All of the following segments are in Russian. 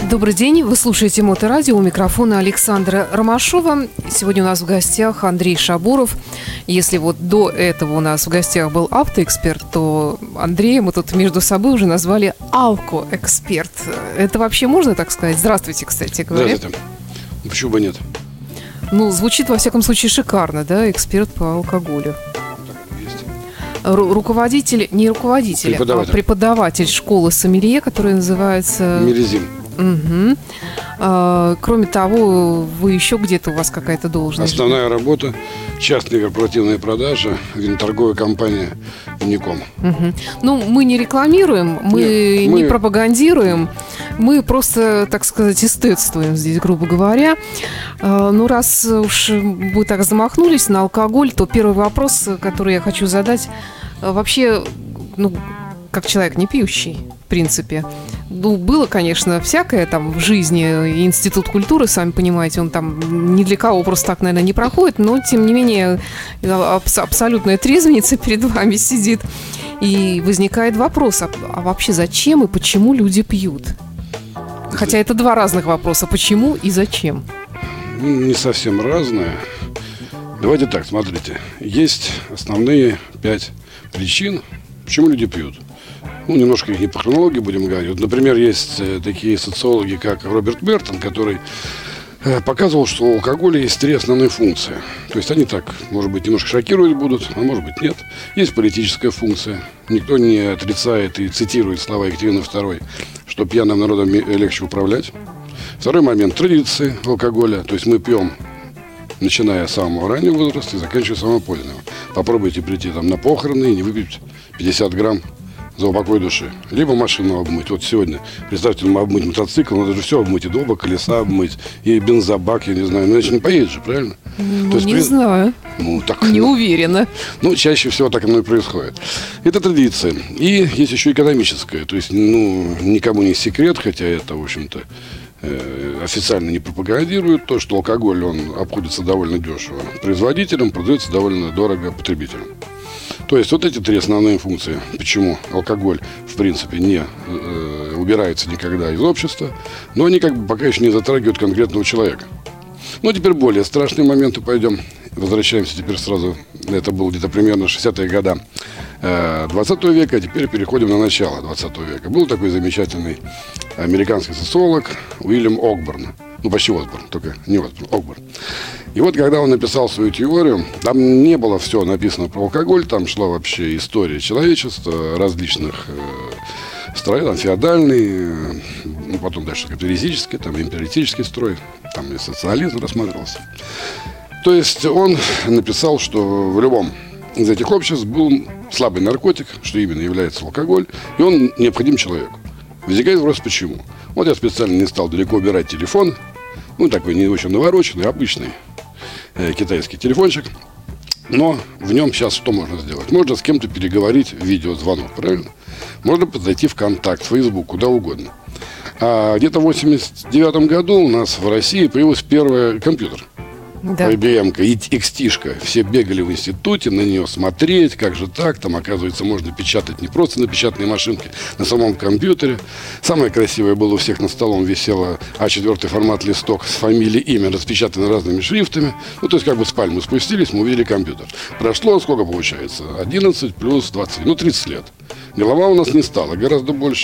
Добрый день, вы слушаете Моторадио, у микрофона Александра Ромашова. Сегодня у нас в гостях Андрей Шабуров. Если вот до этого у нас в гостях был автоэксперт, то Андрея мы тут между собой уже назвали алкоэксперт. Это вообще можно так сказать? Здравствуйте, кстати говоря. Здравствуйте. Почему бы нет? Ну, звучит во всяком случае шикарно, да, эксперт по алкоголю. Есть. Руководитель, не руководитель, а преподаватель школы сомелье, которая называется... Мирезим. Угу. Кроме того, вы еще где-то у вас какая-то должность? Основная работа – частные корпоративные продажи, виноторговая компания «Уником». Угу. Ну, мы не рекламируем, мы не пропагандируем, мы просто, так сказать, эстетствуем здесь, грубо говоря. Ну, раз уж вы так замахнулись на алкоголь, то первый вопрос, который я хочу задать, вообще, ну, как человек не пьющий, в принципе. Ну, было, конечно, всякое там в жизни. Институт культуры, сами понимаете, он там ни для кого просто так, наверное, не проходит. Но, тем не менее, абсолютная трезвенница перед вами сидит. И возникает вопрос, а вообще зачем и почему люди пьют? Хотя это два разных вопроса. Почему и зачем? Не совсем разные. Давайте так, смотрите. Есть основные 5 причин, почему люди пьют. Ну, немножко их не по хронологии будем говорить. Вот, например, есть такие социологи, как Роберт Бертон, который показывал, что у алкоголя есть 3 основные функции. То есть они так, может быть, немножко шокировать будут, а может быть, нет. Есть политическая функция. Никто не отрицает и цитирует слова Екатерины II, что пьяным народом легче управлять. Второй момент – традиции алкоголя. То есть мы пьем, начиная с самого раннего возраста и заканчивая самого позднего. Попробуйте прийти там на похороны и не выпить 50 грамм за упокой души. Либо машину обмыть. Вот сегодня, представьте, мы обмыть мотоцикл, надо же все обмыть, и оба колеса обмыть, и бензобак, я не знаю, иначе не поедешь же, правильно? Ну, не знаю. Ну, так, не уверена. Ну, чаще всего так оно и происходит. Это традиция. И есть еще экономическая. То есть, ну, никому не секрет, хотя это, в общем-то, официально не пропагандирует то, что алкоголь, он обходится довольно дешево производителям, продается довольно дорого потребителям. То есть вот эти 3 основные функции, почему алкоголь, в принципе, не убирается никогда из общества, но они как бы пока еще не затрагивают конкретного человека. Ну, теперь более страшные моменты пойдем. Возвращаемся теперь сразу, это было где-то примерно 60-е годы 20 века, а теперь переходим на начало 20 века. Был такой замечательный американский социолог Уильям Окборн. Ну, почти Осборн, только не Осборн, Окборн. И вот, когда он написал свою теорию, там не было все написано про алкоголь, там шла вообще история человечества, различных строев, там феодальный, ну, потом дальше капиталистический, там империалистический строй, там и социализм рассматривался. То есть он написал, что в любом из этих обществ был слабый наркотик, что именно является алкоголь, и он необходим человеку. Возникает вопрос, почему? Вот я специально не стал далеко убирать телефон, ну, такой не очень навороченный, обычный китайский телефончик. Но в нем сейчас что можно сделать? Можно с кем-то переговорить в видеозвонок, правильно? Можно подойти в контакт, в Facebook, куда угодно. А где-то в 1989 году у нас в России появился первый компьютер. Да. IBM-ка, XT-шка. Все бегали в институте на нее смотреть, как же так, там, оказывается, можно печатать не просто на печатной машинке, на самом компьютере. Самое красивое было, у всех над столом висело А4 формат листок с фамилией, имя, распечатано разными шрифтами. Ну, то есть, как бы с пальмы спустились, мы увидели компьютер. Прошло, сколько получается? 11 плюс 20, ну, 30 лет. Голова у нас не стала, гораздо больше.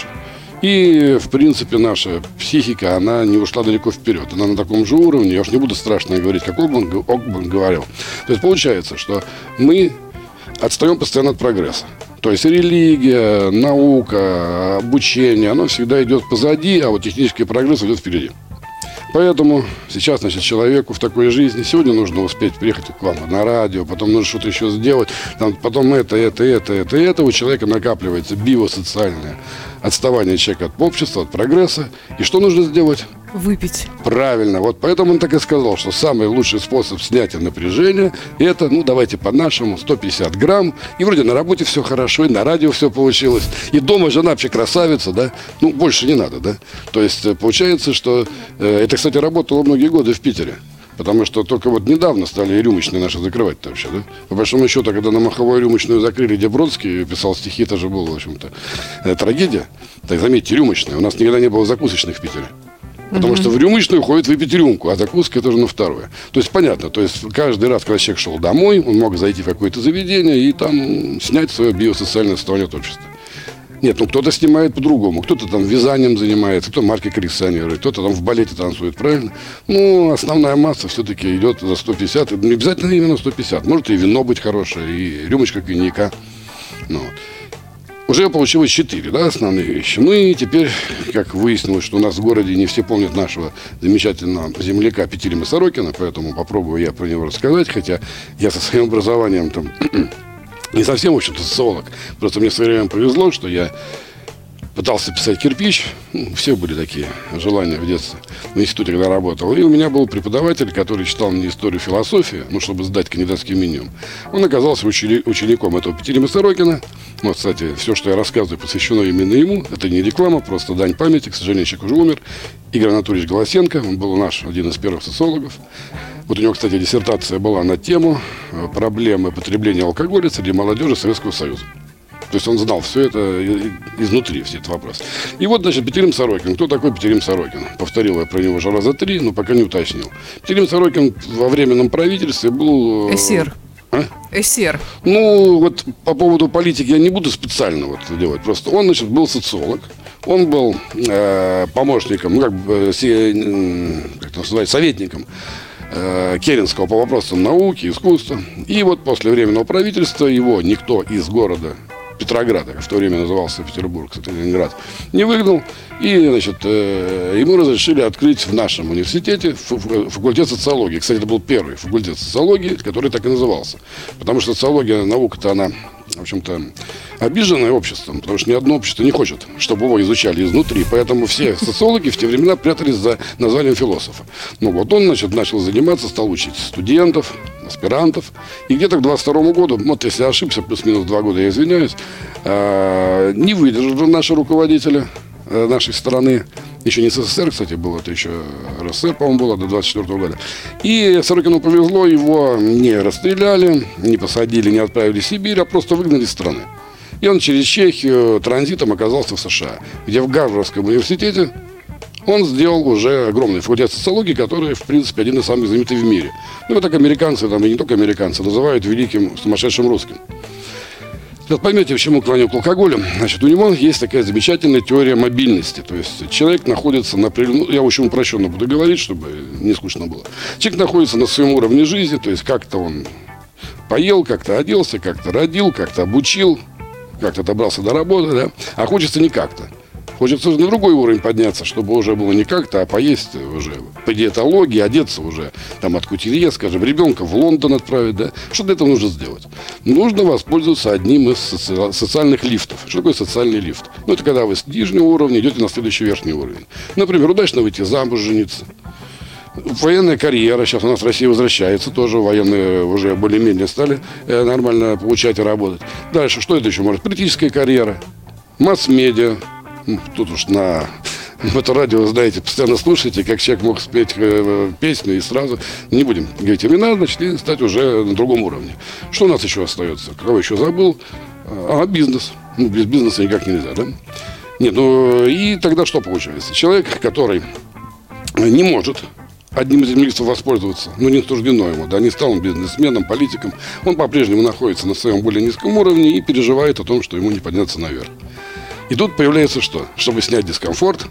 И, в принципе, наша психика, она не ушла далеко вперед. Она на таком же уровне, я уж не буду страшно говорить, как Окборн говорил. То есть, получается, что мы отстаем постоянно от прогресса. То есть, религия, наука, обучение, оно всегда идет позади, а вот технический прогресс идет впереди. Поэтому сейчас, значит, человеку в такой жизни сегодня нужно успеть приехать к вам на радио, потом нужно что-то еще сделать, там, потом это. У человека накапливается биосоциальное отставание человека от общества, от прогресса. И что нужно сделать? Выпить. Правильно. Вот поэтому он так и сказал, что самый лучший способ снятия напряжения – это, ну, давайте по-нашему, 150 грамм. И вроде на работе все хорошо, и на радио все получилось. И дома жена вообще красавица, да? Ну, больше не надо, да? То есть, получается, что… это, кстати, работало многие годы в Питере. Потому что только вот недавно стали и рюмочные наши закрывать-то вообще, да? По большому счету, когда на Маховой рюмочную закрыли, где Бродский писал стихи, это же было, в общем-то, трагедия. Так заметьте, рюмочная. У нас никогда не было закусочных в Питере. Потому что в рюмочную ходит выпить рюмку, а закуска это уже на второе. То есть понятно, то есть каждый раз, когда человек шел домой, он мог зайти в какое-то заведение и там снять свое биосоциальное состояние от общества. Нет, ну кто-то снимает по-другому, кто-то там вязанием занимается, кто маркой коллекционирует, кто-то там в балете танцует, правильно? Ну, основная масса все-таки идет за 150, не обязательно именно 150, может и вино быть хорошее, и рюмочка коньяка. Ну, вот. Уже получилось 4, да, основные вещи. Ну и теперь, как выяснилось, что у нас в городе не все помнят нашего замечательного земляка Петелима Сорокина, поэтому попробую я про него рассказать, хотя я со своим образованием там не совсем, в общем-то, социолог. Просто мне в свое время повезло, что я пытался писать кирпич. Ну, все были такие желания в детстве. В институте, когда работал. И у меня был преподаватель, который читал мне историю философии, ну, чтобы сдать кандидатский минимум. Он оказался учеником этого Петелима Сорокина. Вот, кстати, все, что я рассказываю, посвящено именно ему. Это не реклама, просто дань памяти. К сожалению, человек уже умер. Игорь Анатольевич Голосенко. Он был наш один из первых социологов. Вот у него, кстати, диссертация была на тему проблемы потребления алкоголя среди молодежи Советского Союза. То есть он знал все это изнутри, все этот вопрос. И вот, значит, Петелим Сорокин. Кто такой Петелим Сорокин? Повторил я про него уже раза 3, но пока не уточнил. Петелим Сорокин во временном правительстве был... Эсер. А? Эсер. Ну, вот по поводу политики я не буду специально вот делать. Просто он, значит, был социолог. Он был помощником, ну, как бы, как это называется, советником Керенского по вопросам науки, искусства. И вот после временного правительства его никто из города Петрограда, в то время назывался Петербург, Ленинград, не выгнал. И, значит, ему разрешили открыть в нашем университете факультет социологии. Кстати, это был первый факультет социологии, который так и назывался. Потому что социология, наука-то, она, в общем-то, обиженное обществом, потому что ни одно общество не хочет, чтобы его изучали изнутри. Поэтому все социологи в те времена прятались за названием философа. Ну вот он, значит, начал заниматься, стал учить студентов, аспирантов. И где-то к 22 году, вот если я ошибся, плюс-минус 2 года, я извиняюсь, не выдержали наши руководители нашей страны. Еще не СССР, кстати, было, это еще РСФСР, по-моему, было до 24 года. И Сорокину повезло, его не расстреляли, не посадили, не отправили в Сибирь, а просто выгнали из страны. И он через Чехию транзитом оказался в США, где в Гарвардском университете он сделал уже огромный факультет социологии, который, в принципе, один из самых знаменитых в мире. Ну, вот так американцы, там, и не только американцы, называют великим сумасшедшим русским. Вот поймете, почему клоню к алкоголю. Значит, у него есть такая замечательная теория мобильности. То есть человек находится на... Ну, я очень упрощенно буду говорить, чтобы не скучно было. Человек находится на своем уровне жизни, то есть как-то он поел, как-то оделся, как-то родил, как-то обучил, как-то добрался до работы, да? А хочется не как-то. Хочется на другой уровень подняться, чтобы уже было не как-то, а поесть уже по диетологии, одеться уже там от кутюрье, скажем, ребенка в Лондон отправить, да? Что для этого нужно сделать? Нужно воспользоваться одним из социальных лифтов. Что такое социальный лифт? Ну, это когда вы с нижнего уровня идете на следующий верхний уровень. Например, удачно выйти замуж, жениться. Военная карьера, сейчас у нас Россия возвращается, тоже военные уже более-менее стали нормально получать и работать. Дальше, что это еще может? Политическая карьера, масс-медиа. Тут уж на моторадио, знаете, постоянно слушаете, как человек мог спеть песню и сразу, не будем говорить имена, значит, и стать уже на другом уровне. Что у нас еще остается? Кого еще забыл? Бизнес. Ну, без бизнеса никак нельзя, да? Нет, ну и тогда что получается? Человек, который не может одним из лифтов воспользоваться, ну, не суждено ему, да, не стал он бизнесменом, политиком, он по-прежнему находится на своем более низком уровне и переживает о том, что ему не подняться наверх. И тут появляется что? Чтобы снять дискомфорт,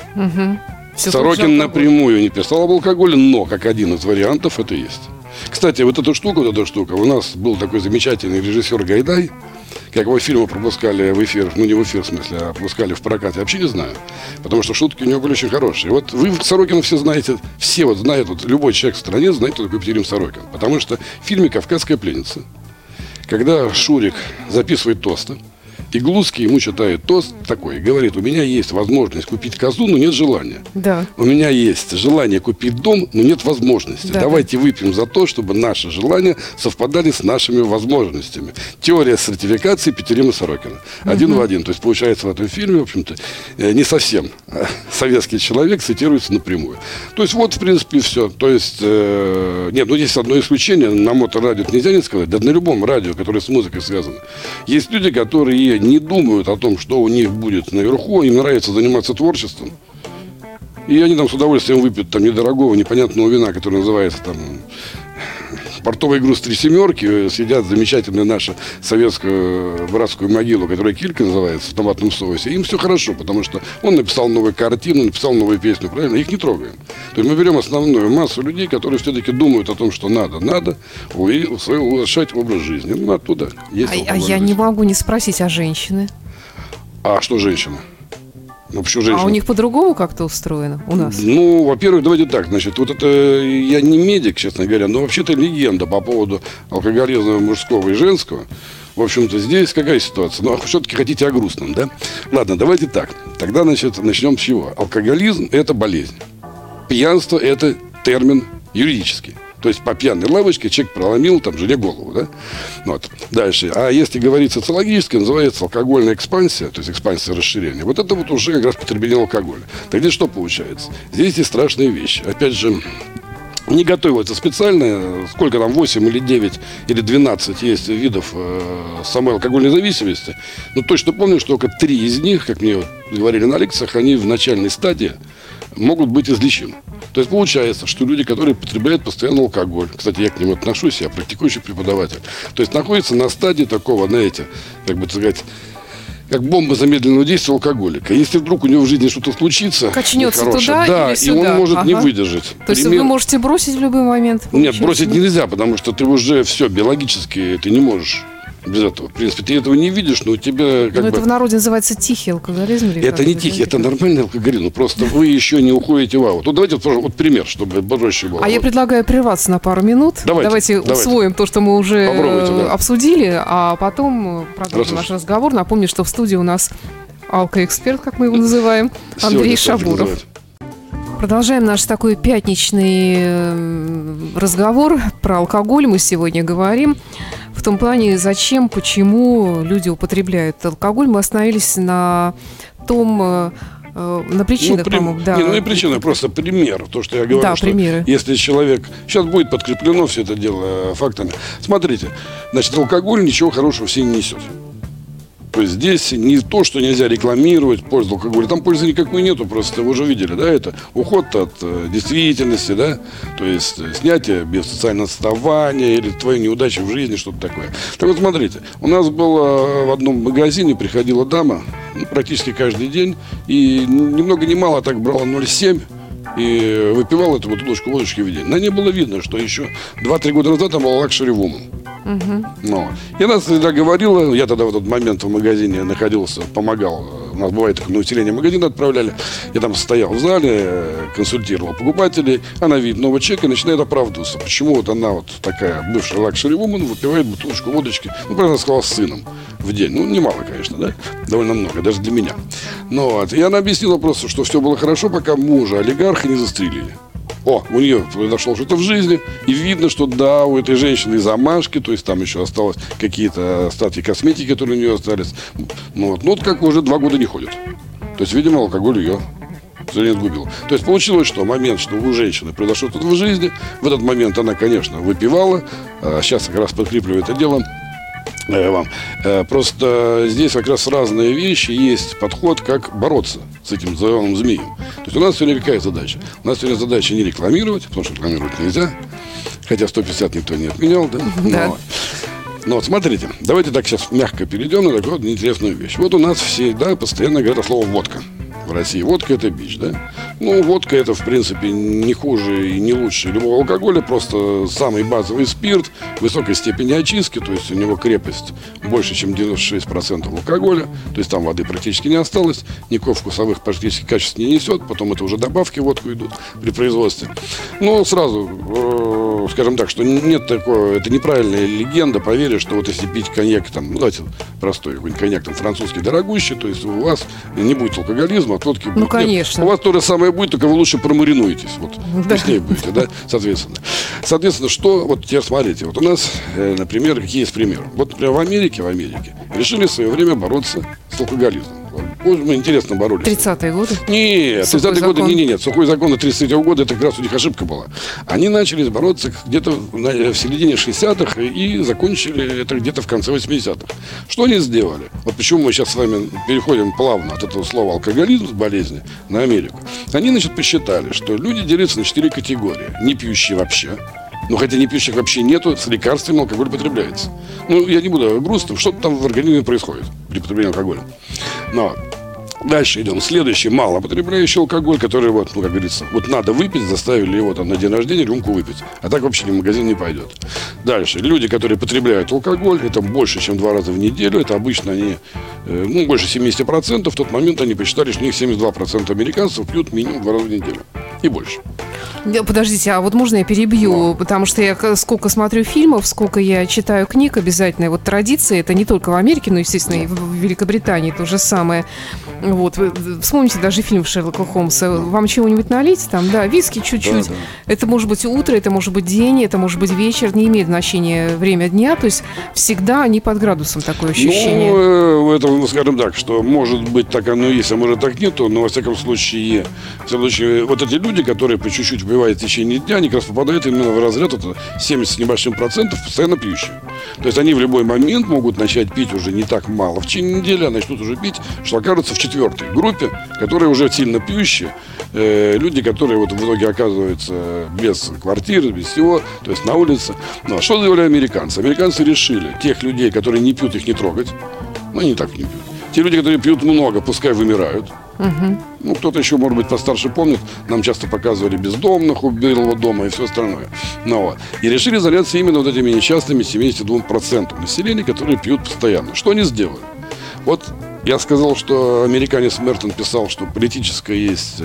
Сорокин напрямую не писал об алкоголе, но как один из вариантов это есть. Кстати, вот эта штука, у нас был такой замечательный режиссер Гайдай, как его фильмы пропускали в эфир, ну не в эфир в смысле, а пропускали в прокат, я вообще не знаю, потому что шутки у него были очень хорошие. Вот вы Сорокина все знаете, все вот знают, вот любой человек в стране знает, кто такой Петелим Сорокин, потому что в фильме «Кавказская пленница», когда Шурик записывает тосты, и Глузский ему читает тост такой, говорит: у меня есть возможность купить козу, но нет желания. Да. У меня есть желание купить дом, но нет возможности. Да. Давайте выпьем за то, чтобы наши желания совпадали с нашими возможностями. Теория сертификации Петелима Сорокина. Один в один. То есть получается в этом фильме, в общем-то, не совсем советский человек цитируется напрямую. То есть вот, в принципе, все. То есть, нет, ну есть одно исключение. На моторадио нельзя не сказать. Да на любом радио, которое с музыкой связано. Есть люди, которые не думают о том, что у них будет наверху, им нравится заниматься творчеством. И они там с удовольствием выпьют там недорогого, непонятного вина, которое называется там портовый груз «Три семерки», съедят замечательную нашу советскую братскую могилу, которая «Килька» называется, в томатном соусе. Им все хорошо, потому что он написал новую картину, написал новую песню, правильно? Их не трогаем. То есть мы берем основную массу людей, которые все-таки думают о том, что надо улучшать образ жизни. Ну, оттуда есть я не могу не спросить, а женщины? А что женщина? Ну, почему женщина? А у них по-другому как-то устроено у нас? Ну, во-первых, давайте так, значит, вот это, я не медик, честно говоря, но вообще-то легенда по поводу алкоголизма мужского и женского. В общем-то, здесь какая ситуация? Ну, а все-таки хотите о грустном, да? Ладно, давайте так. Тогда, значит, начнем с чего? Алкоголизм – это болезнь. Пьянство – это термин юридический. То есть по пьяной лавочке человек проломил там жене голову, да? Вот. Дальше. А если говорить социологически, называется алкогольная экспансия, то есть экспансия расширения. Вот это вот уже как раз потребление алкоголя. Так здесь что получается? Здесь есть страшные вещи. Опять же, не готовится специально, сколько там, 8 или 9 или 12 есть видов самой алкогольной зависимости. Но точно помню, что только 3 из них, как мне говорили на лекциях, они в начальной стадии могут быть излечимы. То есть получается, что люди, которые потребляют постоянно алкоголь, кстати, я к ним отношусь, я практикующий преподаватель, то есть находятся на стадии такого, знаете, как бы сказать, как бомба замедленного действия алкоголика. Если вдруг у него в жизни что-то случится, качнется туда да, или сюда. И он может не выдержать. То есть вы можете бросить в любой момент? Нет, бросить нельзя, потому что ты уже все, биологически ты не можешь без этого. В принципе, ты этого не видишь, но у тебя как бы... это в народе называется тихий алкоголизм? Или это не тихий, это нормальный алкоголизм. Просто вы еще не уходите в аут. Вот давайте вот пример, чтобы проще было. А я предлагаю прерваться на пару минут. Давайте усвоим то, что мы уже обсудили, а потом продолжим наш разговор. Напомню, что в студии у нас алкоэксперт, как мы его называем, Андрей Шабуров. Продолжаем наш такой пятничный разговор про алкоголь. Мы сегодня говорим в том плане, зачем, почему люди употребляют алкоголь. Мы остановились на том, на причинах, по-моему. Да. Не причина, просто пример. То, что я говорю, да, что примеры. Если человек... Сейчас будет подкреплено все это дело фактами. Смотрите, значит, алкоголь ничего хорошего все не несет. То есть здесь не то, что нельзя рекламировать пользу алкоголя. Там пользы никакой нету, просто вы уже видели, да, это уход от действительности, да, то есть снятие без социального отставания или твои неудачи в жизни, что-то такое. Так вот, смотрите, у нас было в одном магазине, приходила дама практически каждый день, и ни много ни мало так брала 0,7 и выпивала эту бутылочку водочки в день. На ней было видно, что еще 2-3 года назад она была лакшери вумен. Ну, и она всегда говорила, я тогда в этот момент в магазине находился, помогал, у нас бывает на усиление магазина отправляли, я там стоял в зале, консультировал покупателей, она видит новый чек и начинает оправдываться, почему вот она вот такая бывшая лакшери вумен выпивает бутылочку водочки, ну, правильно сказала, с сыном в день, ну, немало, конечно, да, довольно много, даже для меня. Ну, вот, и она объяснила просто, что все было хорошо, пока мужа олигарха не застрелили. О, у нее произошло что-то в жизни, и видно, что да, у этой женщины замашки, то есть там еще осталось какие-то остатки косметики, которые у нее остались. Ну вот как уже 2 года не ходят. То есть, видимо, алкоголь ее сгубил. То есть получилось, что момент, что у женщины произошло что-то в жизни, в этот момент она, конечно, выпивала, сейчас как раз подкреплю это дело вам. Просто здесь как раз разные вещи, есть подход, как бороться с этим зеленым змеем. То есть у нас сегодня какая задача? У нас сегодня задача не рекламировать, потому что рекламировать нельзя, хотя 150 никто не отменял, да? Да. Но вот смотрите, давайте так сейчас мягко перейдем на такую вот интересную вещь. Вот у нас всегда постоянно говорят слово «водка». В России водка – это бич, да? Ну, водка – это, в принципе, не хуже и не лучше любого алкоголя, просто самый базовый спирт высокой степени очистки, то есть у него крепость больше, чем 96% алкоголя, то есть там воды практически не осталось, никаких вкусовых практически качеств не несет, потом это уже добавки в водку идут при производстве. Но сразу, скажем так, что нет такого, это неправильная легенда, поверьте, что вот если пить коньяк, там, ну, давайте простой какой-нибудь коньяк, там, французский, дорогущий, то есть у вас не будет алкоголизма, от водки будет. Ну, конечно. Нет, у вас то же самое будет, только вы лучше промаринуетесь, вот, вкуснее будете, да, соответственно. Соответственно, что, вот теперь смотрите, вот у нас, например, какие есть примеры. Вот, например, в Америке решили в свое время бороться с алкоголизмом. Мы интересно боролись. 30-е годы? Нет, 30-е годы, нет. Сухой закон 33-го года, это как раз у них ошибка была. Они начали бороться где-то в середине 60-х и закончили это где-то в конце 80-х. Что они сделали? Вот почему мы сейчас с вами переходим плавно от этого слова алкоголизм, болезни, на Америку. Они, значит, посчитали, что люди делятся на 4 категории. Не пьющие вообще. Ну, хотя не пьющих вообще нету, с лекарствами алкоголь потребляется. Ну, я не буду грустным, что-то там в организме происходит при потреблении алкоголя. Но дальше идем. Следующий, малопотребляющий алкоголь, который, вот, ну, как говорится, вот надо выпить, заставили его там на день рождения рюмку выпить. А так вообще ни в магазин не пойдет. Дальше. Люди, которые потребляют алкоголь, это больше, чем 2 раза в неделю. Это обычно они, ну, больше 70%. В тот момент они посчитали, что у них 72% американцев пьют минимум 2 раза в неделю. И больше. Подождите, а вот можно я перебью? Потому что я сколько смотрю фильмов, сколько я читаю книг, обязательно. Вот традиции, это не только в Америке, но, естественно, и в Великобритании то же самое. Вот, вы вспомните даже фильм Шерлока Холмса. Вам чего-нибудь налить? Там, да, виски чуть-чуть. Да. Это может быть утро, это может быть день, это может быть вечер. Не имеет значения время дня. То есть всегда они под градусом, такое ощущение. Ну, это, скажем так, что может быть так оно и есть, а может так нету. Но, во всяком случае, вот эти люди, которые по чуть-чуть выпивают в течение дня, они как раз попадают именно в разряд 70 с небольшим процентов постоянно пьющие. То есть они в любой момент могут начать пить уже не так мало в течение недели, а начнут уже пить, что окажется в 4-й группе, которые уже сильно пьющие, люди, которые вот в итоге оказываются без квартиры, без всего, то есть на улице. Ну, а что сделали американцы? Американцы решили тех людей, которые не пьют, их не трогать. Ну, они так не пьют. Те люди, которые пьют много, пускай вымирают. Угу. Ну, кто-то еще, может быть, постарше помнит. Нам часто показывали бездомных у Белого дома и все остальное. Но, и решили заняться именно вот этими несчастными 72% населения, которые пьют постоянно. Что они сделали? Вот я сказал, что американец Мертон писал, что политическая есть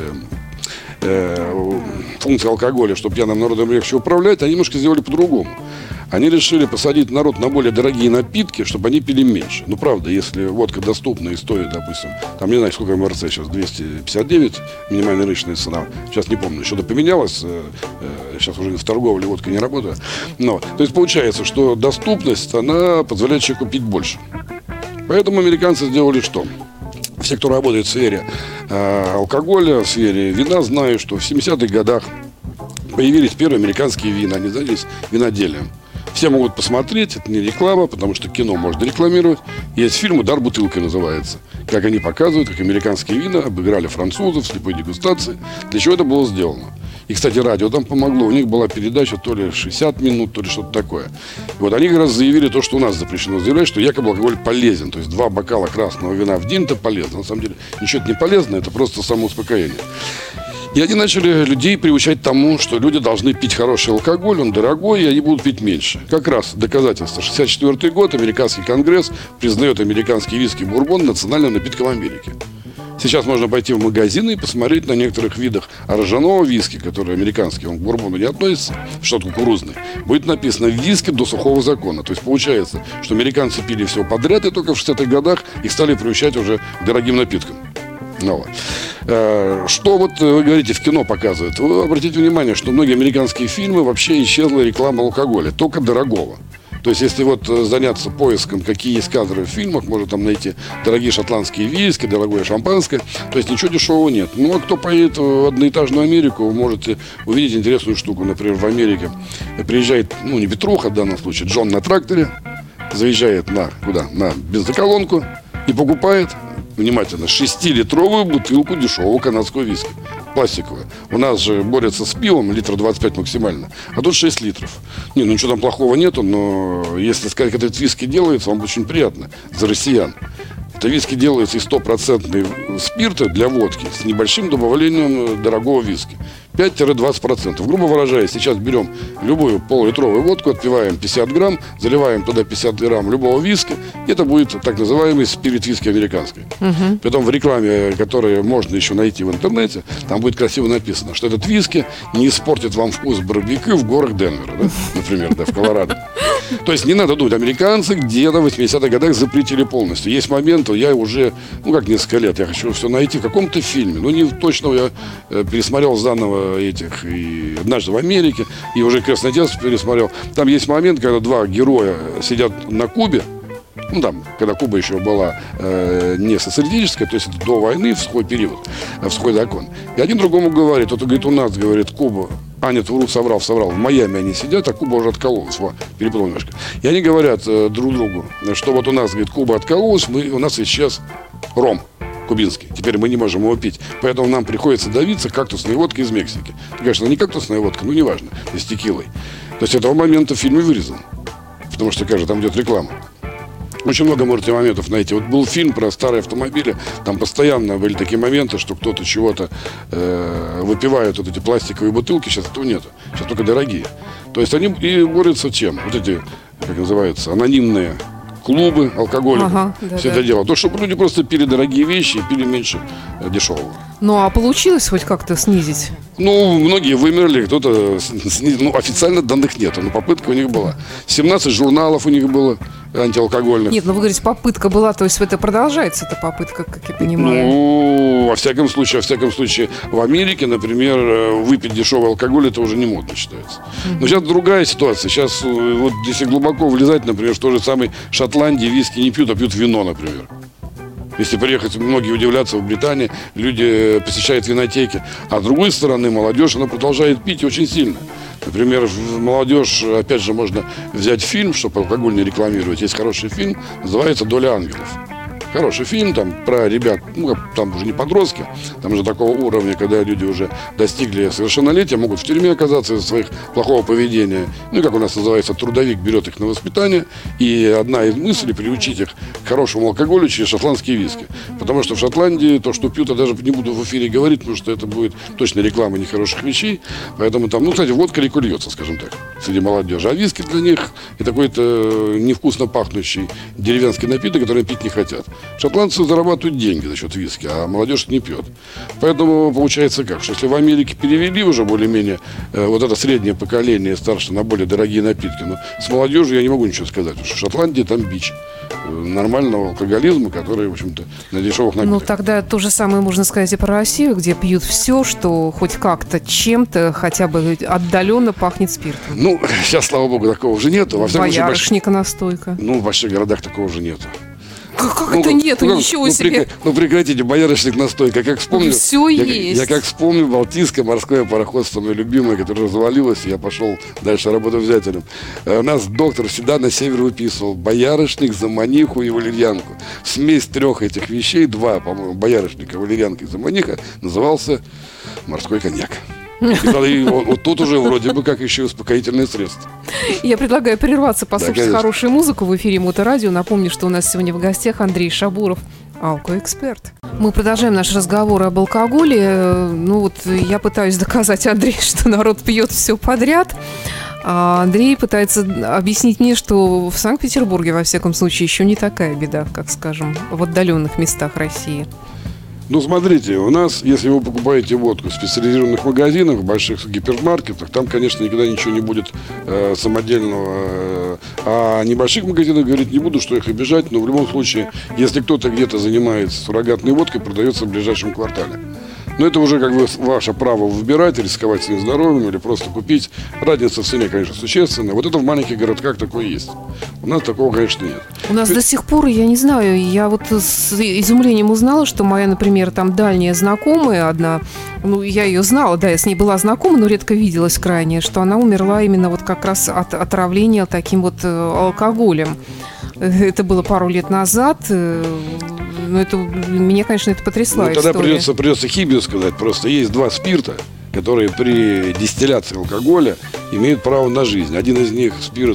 функция алкоголя, чтобы пьяным народом легче управлять. Они немножко сделали по-другому. Они решили посадить народ на более дорогие напитки, чтобы они пили меньше. Ну, правда, если водка доступна и стоит, допустим, там, не знаю, сколько МРЦ сейчас, 259, минимальная рыночная цена. Сейчас не помню, что-то поменялось, сейчас уже в торговле водка не работает. Но, то есть получается, что доступность, она позволяет человеку пить больше. Поэтому американцы сделали что? Все, кто работает в сфере алкоголя, в сфере вина, знают, что в 70-х годах появились первые американские вина, они занялись виноделием. Все могут посмотреть, это не реклама, потому что кино можно рекламировать. Есть фильм «Удар бутылкой» называется. Как они показывают, как американские вина обыграли французов в слепой дегустации. Для чего это было сделано? И, кстати, радио там помогло. У них была передача то ли 60 минут, то ли что-то такое. И вот они как раз заявили то, что у нас запрещено заявлять, что якобы алкоголь полезен. То есть 2 бокала красного вина в день – это полезно. На самом деле ничего это не полезно, это просто самоуспокоение. И они начали людей приучать тому, что люди должны пить хороший алкоголь, он дорогой, и они будут пить меньше. Как раз доказательство. 1964 год, американский конгресс признает американский виски бурбон национальным напитком Америки. Сейчас можно пойти в магазины и посмотреть на некоторых видах ржаного виски, который американский, он к бурбону не относится, что-то кукурузный. Будет написано «виски до сухого закона». То есть получается, что американцы пили все подряд, и только в 60-х годах их стали приучать уже к дорогим напиткам. Ну, что вот вы говорите, в кино показывают? Вы обратите внимание, что многие американские фильмы вообще исчезла реклама алкоголя, только дорогого. То есть, если вот заняться поиском, какие есть кадры в фильмах, можно там найти дорогие шотландские виски, дорогое шампанское. То есть, ничего дешевого нет. Ну, а кто поедет в одноэтажную Америку, вы можете увидеть интересную штуку. Например, в Америке приезжает, ну, не Петруха в данном случае, Джон на тракторе, заезжает на бензоколонку и покупает, внимательно, 6-литровую бутылку дешевого канадского виски. Пластиковая. У нас же борются с пивом, литр 25 максимально. А тут 6 литров. Не, ну ничего там плохого нету, но если сказать, как этот виски делается, вам очень приятно. За россиян. Это виски делается из 100% спирта для водки с небольшим добавлением дорогого виски. 5-20%. Грубо выражаясь, сейчас берем любую полулитровую водку, отпиваем 50 грамм, заливаем туда 50 грамм любого виски, и это будет так называемый спирит виски американский. Потом в рекламе, которую можно еще найти в интернете, там будет красиво написано, что этот виски не испортит вам вкус барбекю в горах Денвера, да? Например, да, в Колорадо. То есть не надо думать, американцы где-то в 80-х годах запретили полностью. Есть моменты, я уже, как несколько лет, я хочу все найти в каком-то фильме. Ну, не точно, я пересмотрел заново этих и «Однажды в Америке», и уже «Крестное детство» пересмотрел. Там есть момент, когда 2 героя сидят на кубе, ну там, когда Куба еще была не социалистическая, то есть это до войны, в сухой период, в сухой закон. И один другому говорит, вот говорит, у нас, говорит, Куба, нет, вру, соврал, в Майами они сидят, а Куба уже откололась, перепутал немножко. И они говорят друг другу, что вот у нас, говорит, Куба откололась, у нас исчез ром кубинский. Теперь мы не можем его пить. Поэтому нам приходится давиться кактусной водкой из Мексики. Конечно, не кактусная водка, но неважно, с текилой. То есть этого момента в фильме вырезан. Потому что, кажется, там идет реклама. Очень много можете моментов найти. Вот был фильм про старые автомобили. Там постоянно были такие моменты, что кто-то чего-то выпивает вот эти пластиковые бутылки. Сейчас этого нету. Сейчас только дорогие. То есть они и борются чем? Вот эти, как называется, анонимные клубы алкоголиков, все это дело. То, чтобы люди просто пили дорогие вещи и пили меньше дешевого. Ну, а получилось хоть как-то снизить? Ну, многие вымерли, кто-то снизил. Ну, официально данных нет, но попытка у них была. 17 журналов у них было антиалкогольных. Нет, ну вы говорите, попытка была, то есть это продолжается, эта попытка, как я понимаю. Ну, во всяком случае, в Америке, например, выпить дешевый алкоголь, это уже не модно считается. Но сейчас другая ситуация. Сейчас, вот если глубоко влезать, например, в той же самой Шотландии виски не пьют, а пьют вино, например. Если приехать, многие удивлятся, в Британии люди посещают винотеки. А с другой стороны, молодежь, она продолжает пить очень сильно. Например, молодежь, опять же, можно взять фильм, чтобы алкоголь не рекламировать. Есть хороший фильм, называется «Доля ангелов». Хороший фильм там про ребят, ну, там уже не подростки, там уже такого уровня, когда люди уже достигли совершеннолетия, могут в тюрьме оказаться из-за своих плохого поведения. Ну, и как у нас называется, трудовик берет их на воспитание. И одна из мыслей приучить их к хорошему алкоголю через шотландские виски. Потому что в Шотландии то, что пьют, я даже не буду в эфире говорить, потому что это будет точно реклама нехороших вещей. Поэтому там, ну, кстати, водка легко льется, скажем так, среди молодежи. А виски для них это какой-то невкусно пахнущий деревенский напиток, который пить не хотят. Шотландцы зарабатывают деньги за счет виски, а молодежь не пьет. Поэтому получается как, что если в Америке перевели уже более-менее вот это среднее поколение старше на более дорогие напитки, но с молодежью я не могу ничего сказать, потому что в Шотландии там бич нормального алкоголизма, который, в общем-то, на дешевых напитках. Ну, тогда то же самое можно сказать и про Россию, где пьют все, что хоть как-то чем-то хотя бы отдаленно пахнет спиртом. Ну, сейчас, слава богу, такого уже нету. Во всяком случае, боярышника настойка. Ну, в больших городах такого уже нету. Как это нету? Ничего себе. Прекратите, боярышник настойка. Как вспомню, все есть. Я как вспомню Балтийское морское пароходство, мое любимое, которое развалилось, и я пошел дальше работодателем. У нас доктор всегда на север выписывал боярышник, заманиху и валерьянку. Смесь трех этих вещей, два, по-моему, боярышника, валерьянка и заманиха, назывался морской коньяк. И вот тут уже вроде бы как еще успокоительное средство. Я предлагаю прерваться, послушать хорошую музыку в эфире Моторадио. Напомню, что у нас сегодня в гостях Андрей Шабуров, алкоэксперт. Мы продолжаем наш разговор об алкоголе. Ну вот я пытаюсь доказать Андрею, что народ пьет все подряд. А Андрей пытается объяснить мне, что в Санкт-Петербурге, во всяком случае, еще не такая беда, как, скажем, в отдаленных местах России. Ну, смотрите, у нас, если вы покупаете водку в специализированных магазинах, в больших гипермаркетах, там, конечно, никогда ничего не будет самодельного. А о небольших магазинах говорить не буду, что их обижать, но в любом случае, если кто-то где-то занимается суррогатной водкой, продается в ближайшем квартале. Но это уже как бы ваше право выбирать, рисковать своим здоровьем или просто купить. Разница в цене, конечно, существенная. Вот это в маленьких городках такое есть. У нас такого, конечно, нет. У нас до сих пор, я не знаю, я вот с изумлением узнала, что моя, например, там дальняя знакомая одна, ну, я ее знала, да, я с ней была знакома, но редко виделась крайне, что она умерла именно вот как раз от отравления таким вот алкоголем. Это было пару лет назад. Но это, меня, конечно, это потрясла история. Тогда придется химию сказать. Просто есть два спирта, которые при дистилляции алкоголя имеют право на жизнь. Один из них спирт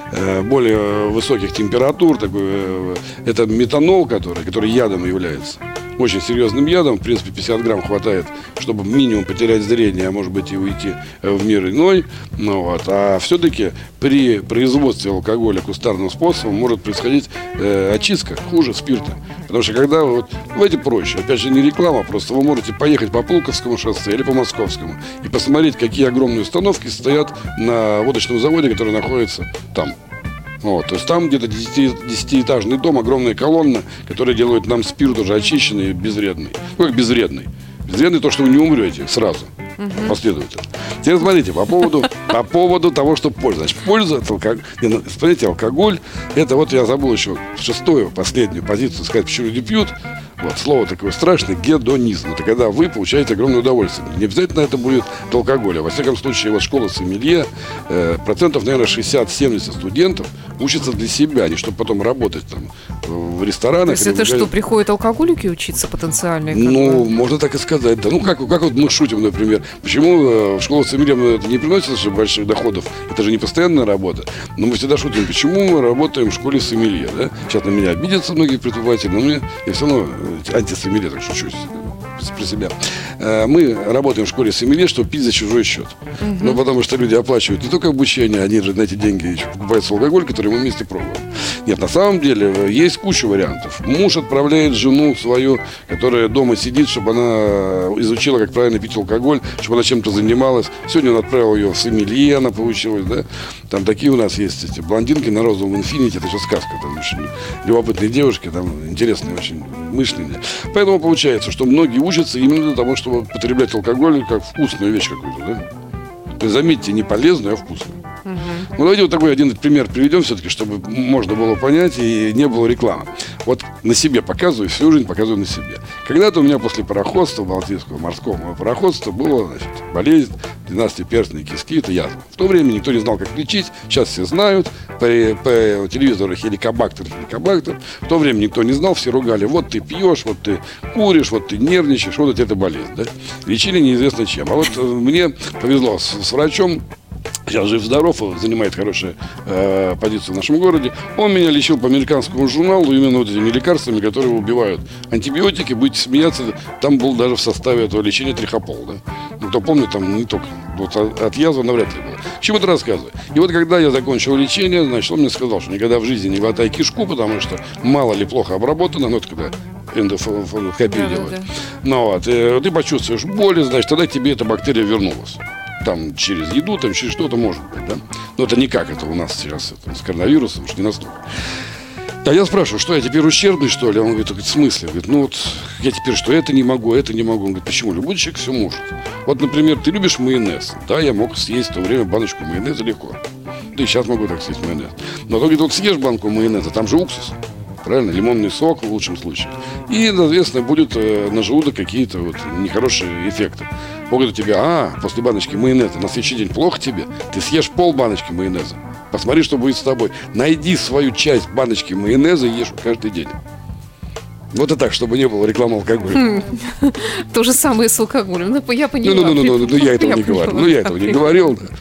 более высоких температур, такой, это метанол, который ядом является. Очень серьезным ядом, в принципе, 50 грамм хватает, чтобы минимум потерять зрение, а может быть и уйти в мир иной. Ну, вот. А все-таки при производстве алкоголя кустарным способом может происходить очистка хуже спирта. Потому что когда вот, давайте проще, опять же не реклама, просто вы можете поехать по Пулковскому шоссе или по Московскому и посмотреть, какие огромные установки стоят на водочном заводе, который находится там. Вот, то есть там где-то 10-этажный дом, огромная колонна, которая делает нам спирт уже очищенный, безвредный. Ну, как безвредный. Безвредный то, что вы не умрете сразу, последовательно. Теперь смотрите, по поводу того, что польза. Значит, польза от алкоголя. Смотрите, алкоголь, это вот я забыл еще шестую, последнюю позицию сказать, почему люди пьют. Вот, слово такое страшное, гедонизм. Это когда вы получаете огромное удовольствие. Не обязательно это будет от алкоголя. Во всяком случае, вот школа сомелье, процентов, наверное, 60-70 студентов учатся для себя, не чтобы потом работать там в ресторанах. То есть это что, приходят алкоголики учиться потенциально? Ну, можно так и сказать, да. Ну, как вот мы шутим, например. Почему в школу сомелье это не приносит же больших доходов? Это же не постоянная работа. Но мы всегда шутим, почему мы работаем в школе сомелье, да? Сейчас на меня обидятся многие предприниматели, но я все равно антисомелье, так шучу про себя. Мы работаем в школе сомелье, чтобы пить за чужой счет. Ну, потому что люди оплачивают не только обучение, они же на эти деньги еще покупаются алкоголь, который мы вместе пробуем. Нет, на самом деле есть куча вариантов. Муж отправляет жену свою, которая дома сидит, чтобы она изучила, как правильно пить алкоголь, чтобы она чем-то занималась. Сегодня он отправил ее в сомелье, она получилась, да. Там такие у нас есть эти блондинки на розовом инфинити, это же сказка. Там очень любопытные девушки, там интересные очень мышленные. Поэтому получается, что многие учатся именно для того, чтобы потреблять алкоголь как вкусную вещь какую-то, да. То есть, заметьте, не полезную, а вкусную. Ну, давайте вот такой один пример приведем все-таки, чтобы можно было понять и не было рекламы. Вот на себе показываю, всю жизнь показываю на себе. Когда-то у меня после пароходства, Балтийского морского пароходства, была, значит, болезнь 12-перстной киски, это язва. В то время никто не знал, как лечить, сейчас все знают, по телевизору хеликобактер. В то время никто не знал, все ругали, вот ты пьешь, вот ты куришь, вот ты нервничаешь, вот это болезнь, да? Лечили неизвестно чем. А вот мне повезло с врачом, сейчас жив-здоров, занимает хорошую позицию в нашем городе. Он меня лечил по американскому журналу именно вот этими лекарствами, которые убивают антибиотики. Будете смеяться, там был даже в составе этого лечения трихопол. Да? Ну, кто помнит, там не только вот от язвы навряд ли было. К чему это рассказываю? И вот когда я закончил лечение, значит, он мне сказал, что никогда в жизни не глотай кишку, потому что мало ли плохо обработано, ну это когда эндоскопию делают. Да. Ну вот, ты почувствуешь боль, значит, тогда тебе эта бактерия вернулась. Там через еду, там через что-то может быть, да? Но это не как это у нас сейчас с коронавирусом, что не настолько. А я спрашиваю, что я теперь ущербный, что ли? Он говорит, в смысле? Говорит, ну вот я теперь что, это не могу. Он говорит, почему? Любой человек все может. Вот, например, ты любишь майонез. Да, я мог съесть в то время баночку майонеза легко. Да и сейчас могу так съесть майонез. Но говорит, вот съешь банку майонеза, там же уксус. Правильно? Лимонный сок в лучшем случае. И, соответственно, будут на желудок какие-то вот нехорошие эффекты. Могут у тебя, после баночки майонеза на следующий день плохо тебе, ты съешь пол баночки майонеза. Посмотри, что будет с тобой. Найди свою часть баночки майонеза и ешь каждый день. Вот и так, чтобы не было рекламы алкоголя. То же самое с алкоголем. Я поняла. Ну, я этого не говорил. Ну, я этого не говорил, да.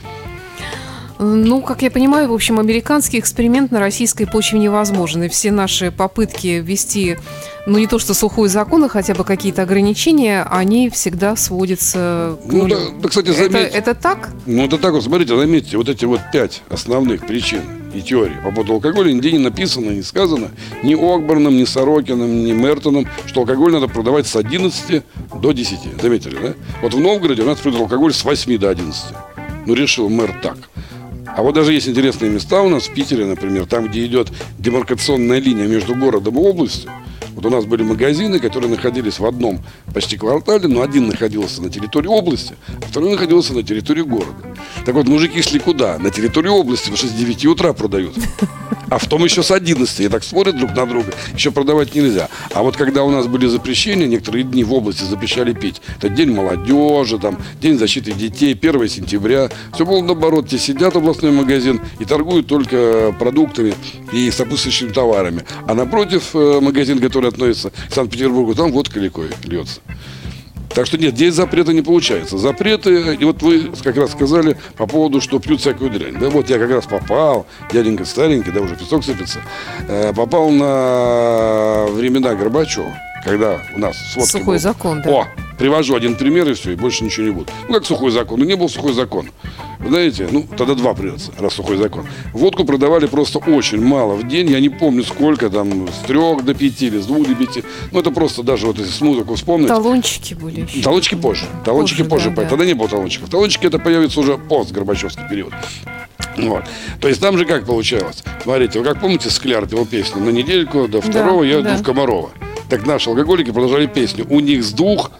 Ну, как я понимаю, в общем, американский эксперимент на российской почве невозможен. И все наши попытки ввести, ну, не то что сухой закон, а хотя бы какие-то ограничения, они всегда сводятся к нулю. Да, кстати, заметьте. Это так? Ну, это так вот, смотрите, заметьте, вот эти вот 5 основных причин и теорий по поводу алкоголя нигде не написано, не сказано ни Окборном, ни Сорокиным, ни Мертоном, что алкоголь надо продавать с 11 до 10. Заметили, да? Вот в Новгороде у нас продают алкоголь с 8 до 11. Ну, решил мэр так. А вот даже есть интересные места у нас в Питере, например, там, где идет демаркационная линия между городом и областью. Вот у нас были магазины, которые находились в одном почти квартале, но один находился на территории области, а второй находился на территории города. Так вот, мужики шли куда? На территорию области, потому что с 9 утра продают. А в том еще с 11. И так смотрят друг на друга. Еще продавать нельзя. А вот когда у нас были запрещения, некоторые дни в области запрещали пить. Это День молодежи, там, День защиты детей, 1 сентября. Все было наоборот. Те сидят в областной магазин и торгуют только продуктами и сопутствующими товарами. А напротив магазин, который относится к Санкт-Петербургу, там водка льется. Так что нет, здесь запрета не получается. Запреты, и вот вы как раз сказали по поводу, что пьют всякую дрянь. Да вот я как раз попал, дяденька старенький, да уже песок сыпется, попал на времена Горбачева, когда у нас сводка сухой закон, да. Привожу один пример и все, и больше ничего не будет. Ну как сухой закон? Ну не был сухой закон. Вы знаете, ну тогда 2 придется, раз сухой закон. Водку продавали просто очень мало в день. Я не помню сколько, там, с 3 до 5 или с 2 до 5. Ну это просто даже вот если с музыку вспомнить. Талончики были еще. Талончики позже. Да. Тогда не было талончиков. Талончики это появится уже пост-горбачевский период. Вот. То есть там же как получалось? Смотрите, вы как помните, Скляр пел песню «На недельку до 2 я иду в Комарова». Так наши алкоголики продолжали песню. У них с 2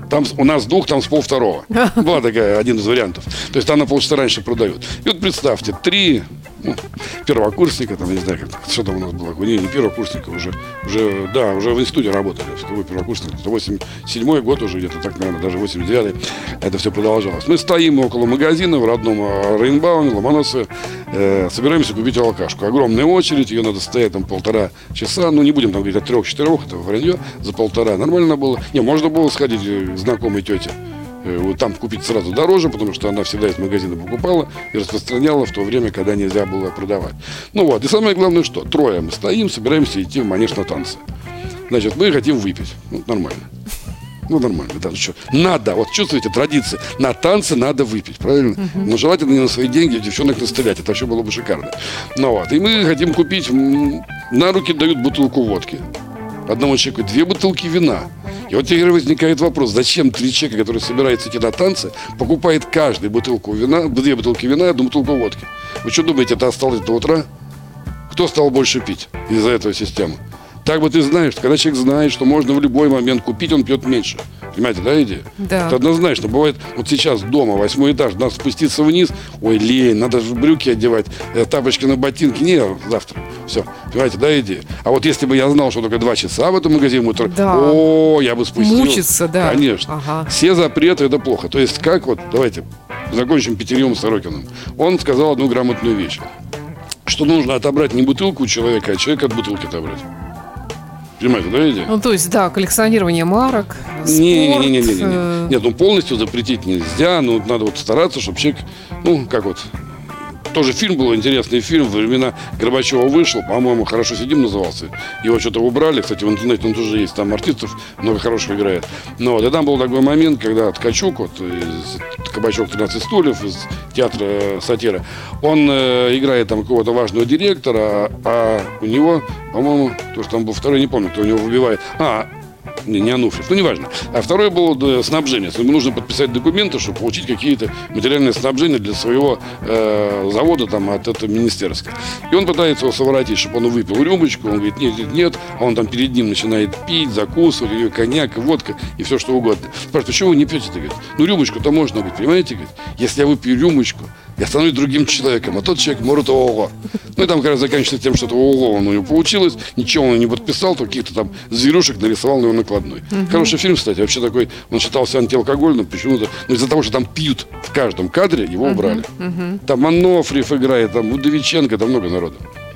Там у нас с 2, там с полвторого. Была такая, один из вариантов. То есть там на полчаса раньше продают. И вот представьте, 3 первокурсника, там, не знаю, что там у нас было, не первокурсника, уже в институте работали. Какой первокурсник? 87-й год уже где-то, так, наверное, даже 89-й. Это все продолжалось. Мы стоим около магазина в родном Рейнбауне, Ломоносове, собираемся купить алкашку. Огромная очередь, ее надо стоять там 1,5 часа. Ну, не будем там говорить от 3-4, это вранье, за 1,5. Нормально было. Не, можно было сходить к знакомой тете. Вот там купить сразу дороже, потому что она всегда из магазина покупала и распространяла в то время, когда нельзя было продавать. Ну вот, и самое главное, что 3 мы стоим, собираемся идти в манеж на танцы. Значит, мы хотим выпить. Ну, нормально. Да, что? Надо, вот чувствуете, традиции. На танцы надо выпить, правильно? Но желательно не на свои деньги девчонок настрелять. Это вообще было бы шикарно. Ну вот, и мы хотим купить, на руки дают бутылку водки. Одному человеку 2 бутылки вина. И вот теперь возникает вопрос, зачем 3 человека, которые собираются идти на танцы, покупает каждый бутылку вина, 2 бутылки вина и 1 бутылку водки? Вы что думаете, это осталось до утра? Кто стал больше пить из-за этого системы? Так бы ты знаешь, когда человек знает, что можно в любой момент купить, он пьет меньше. Понимаете, да, идея? Да. Это однозначно. Бывает, вот сейчас дома, 8-й этаж, надо спуститься вниз. Ой, лень, надо же брюки одевать, тапочки на ботинки. Не, завтра. Все. Понимаете, да, идея? А вот если бы я знал, что только 2 часа в этом магазине, я бы спустился. Мучиться, да. Конечно. Ага. Все запреты – это плохо. То есть, как вот, давайте закончим Петерием Сорокиным. Он сказал одну грамотную вещь. Что нужно отобрать не бутылку у человека, а человека от бутылки отобрать. Понимаете, да, идея? Ну, то есть, да, коллекционирование марок, спорт. Нет, ну полностью запретить нельзя. Ну, надо вот стараться, чтобы человек, тоже фильм был, интересный фильм, во времена Горбачева вышел, по-моему, «Хорошо сидим» назывался. Его что-то убрали, кстати, в интернете он тоже есть, там артистов много хороших играет. Но вот, и там был такой момент, когда Ткачук, вот, из «Кабачок 13 стульев», из театра «Сатира», он играет там какого-то важного директора, а у него, по-моему, тоже там был второй, не помню, кто у него выбивает. Не Ануфриев, неважно. А второй был снабжение. Ему нужно подписать документы, чтобы получить какие-то материальные снабжения для своего завода там, от этого министерства. И он пытается его совратить, чтобы он выпил рюмочку. Он говорит, нет. А он там перед ним начинает пить, закусывать, ее коньяк, водка и все что угодно. Спрашивает, почему вы не пьете-то? Говорит, рюмочку-то можно быть, понимаете? Говорит, если я выпью рюмочку, я становлюсь другим человеком, а тот человек может ого. Ну и там как раз заканчивается тем, что это ого у него получилось, ничего он не подписал, то каких-то там зверюшек нарисовал на его накладной. Хороший фильм, кстати, вообще такой, он считался антиалкогольным, почему-то, из-за того, что там пьют в каждом кадре, его убрали. Там Ануфриев играет, там Удовиченко, там много народу.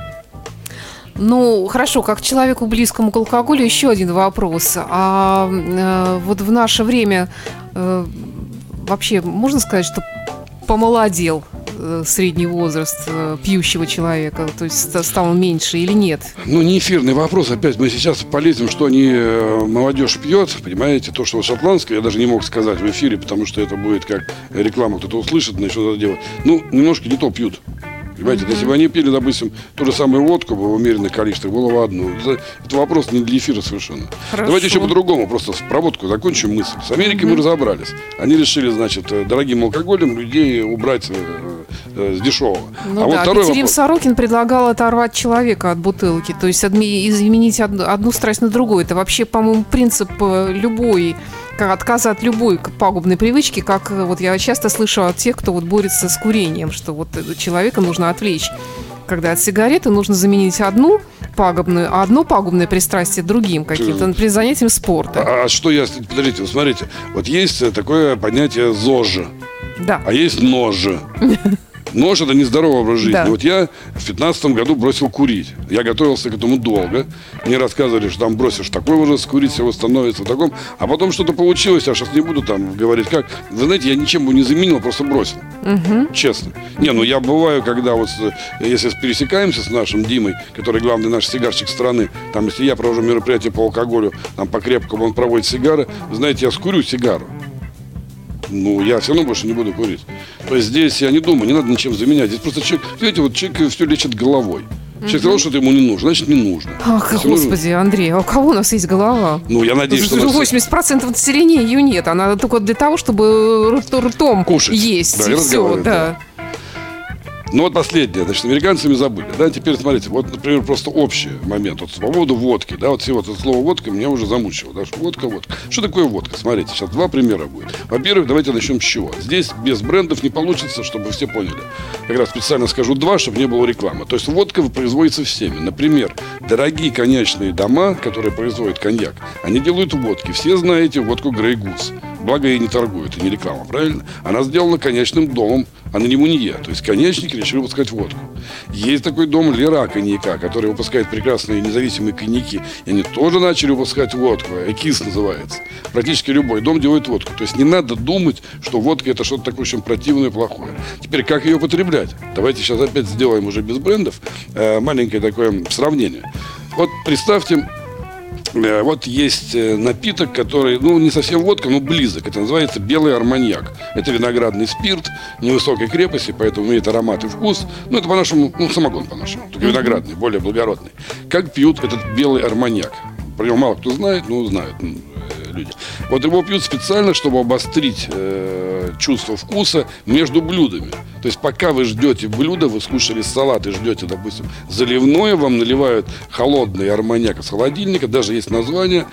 Ну, хорошо, как человеку близкому к алкоголю, еще один вопрос. Вот в наше время вообще можно сказать, что помолодел средний возраст пьющего человека, то есть стал меньше или нет? Ну, не эфирный вопрос. Опять мы сейчас полезем, что молодежь пьет, понимаете, то, что шотландское, я даже не мог сказать в эфире, потому что это будет как реклама, кто-то услышит, начнет это делать. Немножко не то пьют. Понимаете, если бы они пили, допустим, ту же самую водку в умеренных количествах, было бы одно. Это вопрос не для эфира совершенно. Хорошо. Давайте еще по-другому, просто про водку закончим мысль. С Америкой мы разобрались. Они решили, значит, дорогим алкоголем людей убрать с дешевого. Петерим Сорокин предлагал оторвать человека от бутылки, то есть изменить одну страсть на другую. Это вообще, по-моему, принцип любой, отказа от любой пагубной привычки, как вот я часто слышу от тех, кто вот борется с курением, что вот человека нужно отвлечь. Когда от сигареты нужно заменить одну пагубную, а одно пагубное пристрастие другим каким-то, например, занятием спорта. Подождите, вот смотрите, вот есть такое понятие ЗОЖ, да. А есть НОЖ. Нож – это нездоровый образ жизни. Да. Вот я в 2015 году бросил курить. Я готовился к этому долго. Мне рассказывали, что там бросишь такой возраст, курить все восстановится в таком. А потом что-то получилось, я сейчас не буду там говорить как. Вы знаете, я ничем бы не заменил, просто бросил. Честно. Я бываю, когда вот, если пересекаемся с нашим Димой, который главный наш сигарщик страны, там, если я провожу мероприятие по алкоголю, там, по крепкому, он проводит сигары, вы знаете, я скурю сигару. Я все равно больше не буду курить. То есть здесь я не думаю, не надо ничем заменять. Здесь просто человек все лечит головой. Человек сказал, что ему не нужно, значит не нужно. Ах, если Господи, нужно... Андрей, а у кого у нас есть голова? Я надеюсь, что 80% населения ее нет. Она только для того, чтобы ртом кушать. Есть. Да, и все, да. Ну вот последнее, значит, американцами забыли, да, теперь смотрите, вот, например, просто общий момент, вот по поводу водки, да, вот всего это слово водка меня уже замучило, да, что водка. Что такое водка? Смотрите, сейчас два примера будет. Во-первых, давайте начнем с чего. Здесь без брендов не получится, чтобы все поняли. Как раз специально скажу два, чтобы не было рекламы. То есть водка производится всеми. Например, дорогие коньячные дома, которые производят коньяк, они делают водки. Все знаете водку Grey Goose. Благо ей не торгуют, и не реклама, правильно? Она сделана коньячным домом, а на нему не я. То есть коньячники решили выпускать водку. Есть такой дом Лера коньяка, который выпускает прекрасные независимые коньяки. И они тоже начали выпускать водку. Экис называется. Практически любой дом делает водку. То есть не надо думать, что водка это что-то такое очень противное и плохое. Теперь как ее употреблять? Давайте сейчас опять сделаем уже без брендов маленькое такое сравнение. Вот представьте, вот есть напиток, который, ну, не совсем водка, но близок. Это называется белый арманьяк. Это виноградный спирт невысокой крепости, поэтому имеет аромат и вкус. Ну, это по-нашему, ну, самогон по-нашему, только виноградный, более благородный. Как пьют этот белый арманьяк? Про него мало кто знает, но знают люди. Вот его пьют специально, чтобы обострить чувство вкуса между блюдами. То есть пока вы ждете блюда, вы скушали салат и ждете, допустим, заливное, вам наливают холодный арманьяк из холодильника, даже есть название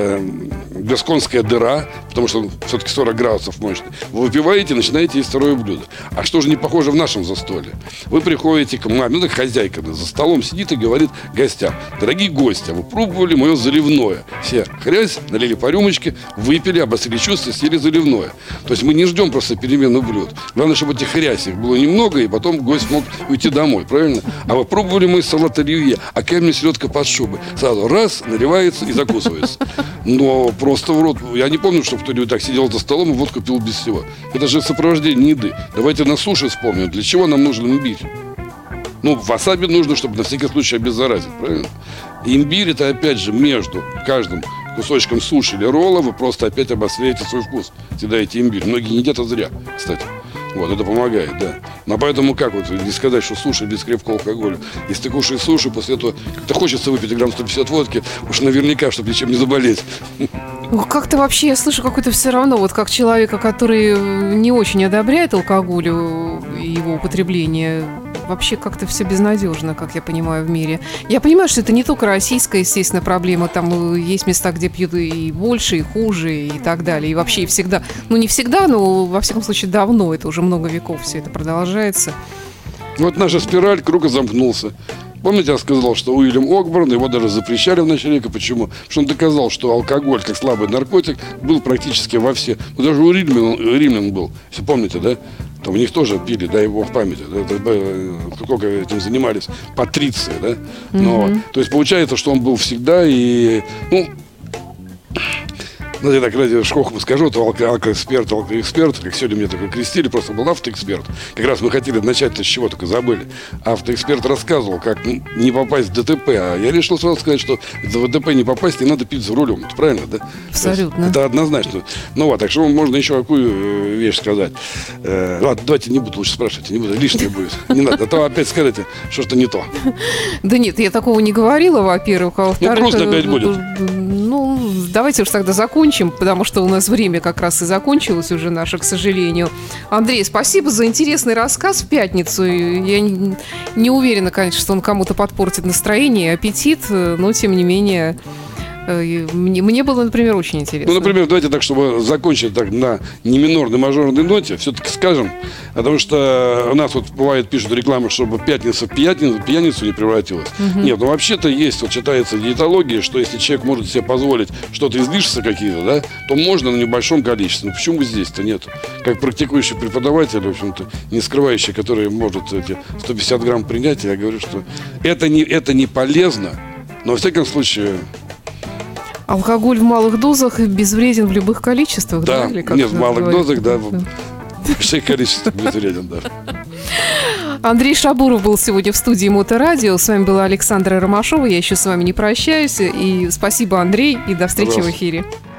гасконская дыра, потому что он все-таки 40 градусов мощный. Вы выпиваете и начинаете есть второе блюдо. А что же не похоже в нашем застолье? Вы приходите к маме, ну так хозяйка за столом сидит и говорит гостям: дорогие гости, вы пробовали мое заливное? Все хрясь, налили по рюмочке, выпили, обострили чувства, съели заливное. То есть мы не ждем просто перемену блюд. Главное, чтобы этих хрясей было немного, и потом гость мог уйти домой, правильно? А вы пробовали мой салат оливье, а какая селедка под шубой? Сразу раз, наливается и закусывается. Но просто в рот. Я не помню, что кто-нибудь так сидел за столом и водку пил без всего. Это же сопровождение еды. Давайте на суши вспомним, для чего нам нужен имбирь. Ну, васаби нужно, чтобы на всякий случай обеззаразить, правильно? И имбирь это опять же между каждым кусочком суши или ролла вы просто опять обостряете свой вкус, съедаете имбирь. Многие не едят это зря, кстати. Вот, это помогает, да. Но поэтому как вот не сказать, что суши без крепкого алкоголя? Если ты кушаешь суши, после этого как-то хочется выпить грамм 150 водки, уж наверняка, чтобы ничем не заболеть. Как-то вообще я слышу какой-то все равно, вот как человека, который не очень одобряет алкоголь и его употребление, вообще как-то все безнадежно, как я понимаю, в мире. Я понимаю, что это не только российская, естественно, проблема. Там есть места, где пьют и больше, и хуже, и так далее. И вообще всегда, ну не всегда, но во всяком случае давно, это уже много веков все это продолжается. Вот наша спираль круга замкнулся. Помните, я сказал, что Уильям Окборн, его даже запрещали в начале века. Почему? Потому что он доказал, что алкоголь, как слабый наркотик, был практически во все. Ну, даже у римлян был, если помните, да? Там у них тоже пили, дай бог памяти. Да? Сколько этим занимались патриции, да? Но, то есть получается, что он был всегда и... Ну, я так ради шкоху скажу, то алкоэксперт, как сегодня меня такой крестили, просто был автоэксперт. Как раз мы хотели начать-то с чего, только забыли. Автоэксперт рассказывал, как не попасть в ДТП. А я решил сразу сказать, что в ДТП не попасть, не надо пить за рулем. Это правильно, да? Абсолютно. Это однозначно. Ну вот, так что можно еще какую вещь сказать. Ладно, давайте не буду лучше спрашивать, не буду, лишнее будет. Не надо, а то опять скажете, что-то не то. Да нет, я такого не говорила, во-первых. А во-вторых, ну просто опять будет. Ну, давайте уж тогда закончим, потому что у нас время как раз и закончилось уже наше, к сожалению. Андрей, спасибо за интересный рассказ в пятницу. Я не уверена, конечно, что он кому-то подпортит настроение и аппетит, но тем не менее... Мне было, например, очень интересно. Ну, например, давайте так, чтобы закончить так на не минорной, мажорной ноте, все-таки скажем, потому что у нас вот бывает пишут рекламы, чтобы пятница в пьяницу не превратилась. Нет, ну вообще-то есть, вот считается в диетологии, что если человек может себе позволить что-то излишества какие-то, да, то можно на небольшом количестве. Ну почему здесь-то нет? Как практикующий преподаватель, в общем-то, не скрывающий, который может эти 150 грамм принять, я говорю, что это не полезно, но во всяком случае... Алкоголь в малых дозах безвреден в любых количествах, да? Да, нет, в малых дозах, да, в больших количествах безвреден, да. Андрей Шабуров был сегодня в студии Моторадио. С вами была Александра Ромашова. Я еще с вами не прощаюсь. И спасибо, Андрей, и до встречи в эфире.